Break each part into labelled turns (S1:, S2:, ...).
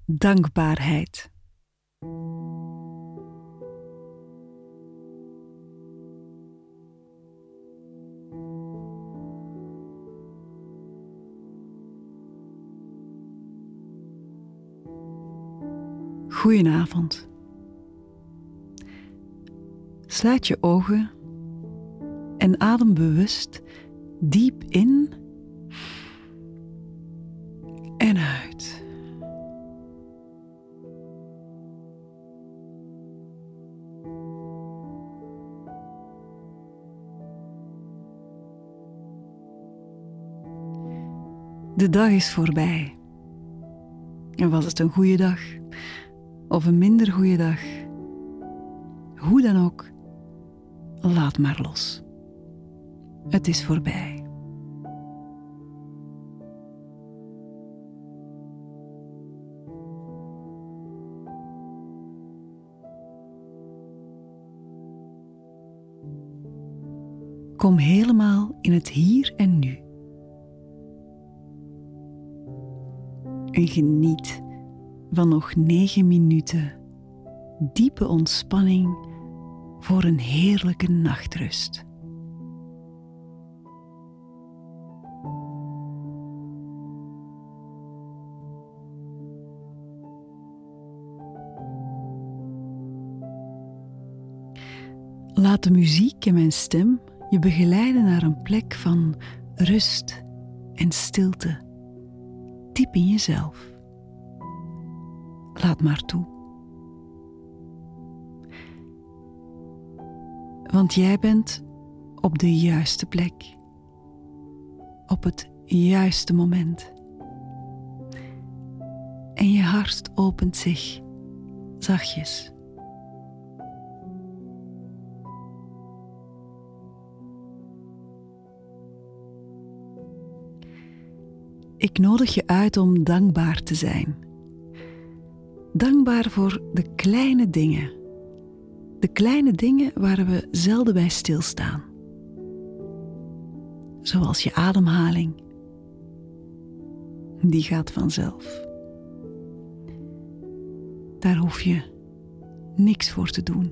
S1: dankbaarheid. Goedenavond. Sluit je ogen en adem bewust diep in en uit. De dag is voorbij. En was het een goede dag of een minder goede dag? Hoe dan ook, laat maar los. Het is voorbij. Kom helemaal in het hier en nu. En geniet van nog 9 minuten diepe ontspanning voor een heerlijke nachtrust. Laat de muziek en mijn stem je begeleiden naar een plek van rust en stilte, diep in jezelf. Laat maar toe. Want jij bent op de juiste plek, op het juiste moment. En je hart opent zich zachtjes. Ik nodig je uit om dankbaar te zijn. Dankbaar voor de kleine dingen. De kleine dingen waar we zelden bij stilstaan. Zoals je ademhaling. Die gaat vanzelf. Daar hoef je niks voor te doen.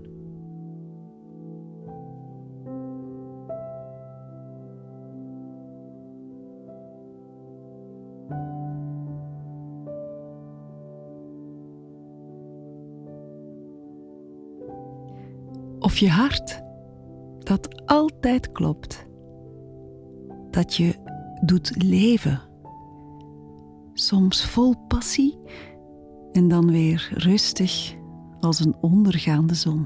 S1: Of je hart, dat altijd klopt. Dat je doet leven. Soms vol passie en dan weer rustig als een ondergaande zon.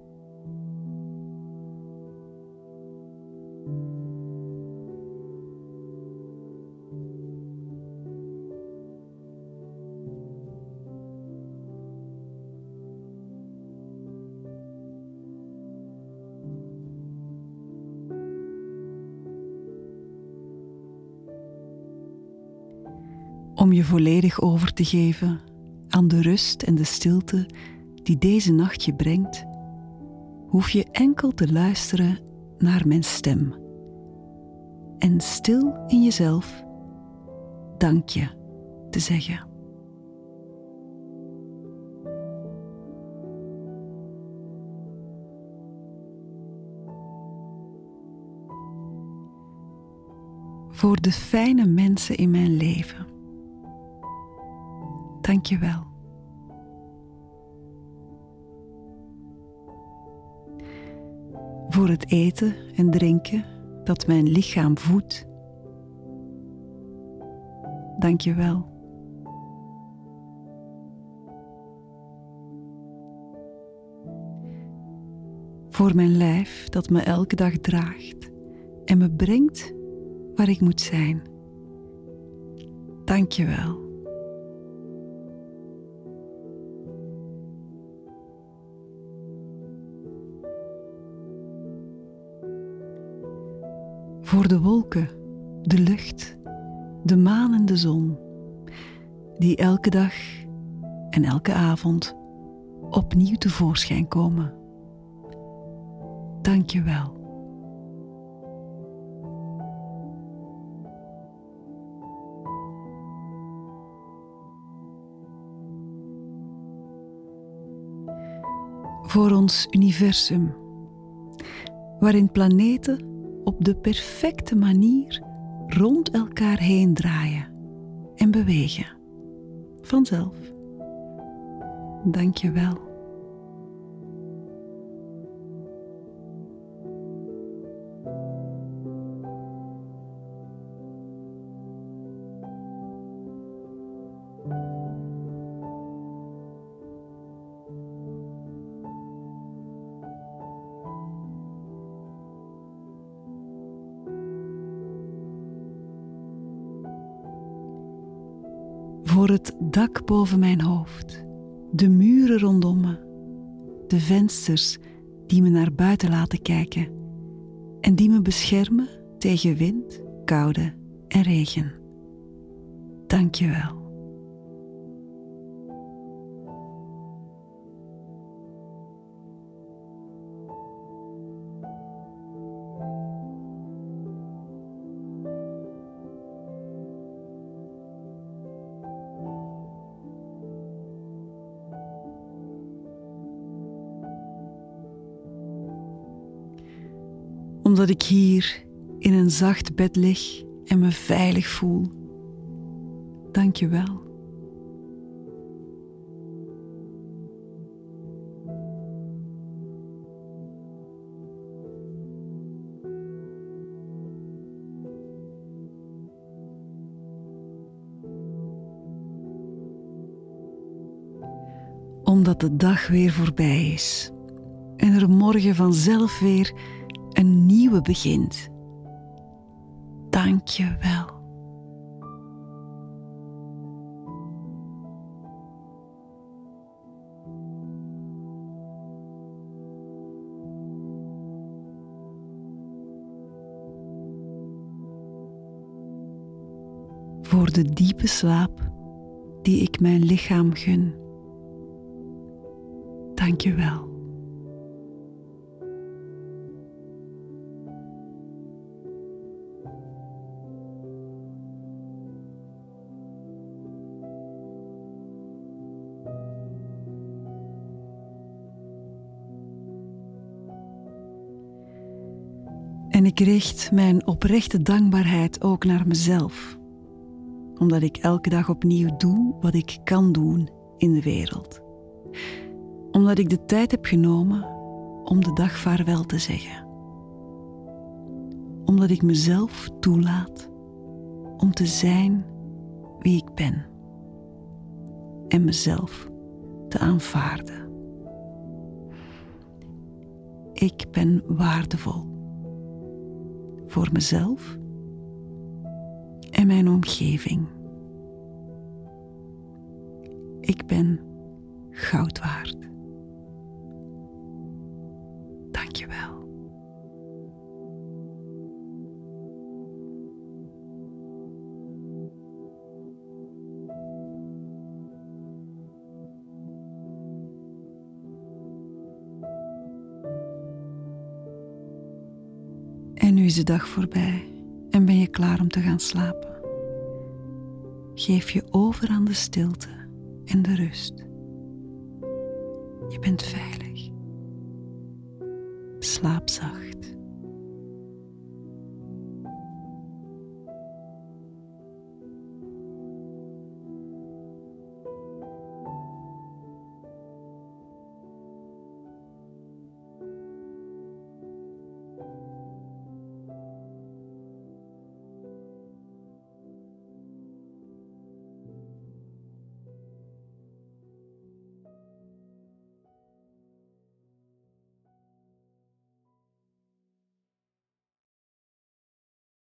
S1: Om je volledig over te geven aan de rust en de stilte die deze nacht je brengt, hoef je enkel te luisteren naar mijn stem en stil in jezelf dank je te zeggen. Voor de fijne mensen in mijn leven. Dank je wel. Voor het eten en drinken dat mijn lichaam voedt. Dank je wel. Voor mijn lijf dat me elke dag draagt en me brengt waar ik moet zijn. Dank je wel. Voor de wolken, de lucht, de maan en de zon, die elke dag en elke avond opnieuw tevoorschijn komen. Dank je wel. voor ons universum, waarin planeten op de perfecte manier rond elkaar heen draaien en bewegen. Vanzelf. Dank je wel. Voor het dak boven mijn hoofd, de muren rondom me, de vensters die me naar buiten laten kijken en die me beschermen tegen wind, koude en regen. Dank je wel. Omdat ik hier in een zacht bed lig en me veilig voel. Dank je wel. Omdat de dag weer voorbij is en er morgen vanzelf weer een nieuwe begint. Dank je wel. Voor de diepe slaap die ik mijn lichaam gun. Dank je wel. En ik richt mijn oprechte dankbaarheid ook naar mezelf, omdat ik elke dag opnieuw doe wat ik kan doen in de wereld. Omdat ik de tijd heb genomen om de dag vaarwel te zeggen. Omdat ik mezelf toelaat om te zijn wie ik ben en mezelf te aanvaarden. Ik ben waardevol. Voor mezelf en mijn omgeving. Ik ben goud waard. Dank je wel. En nu is de dag voorbij en ben je klaar om te gaan slapen. Geef je over aan de stilte en de rust. Je bent veilig. Slaap zacht.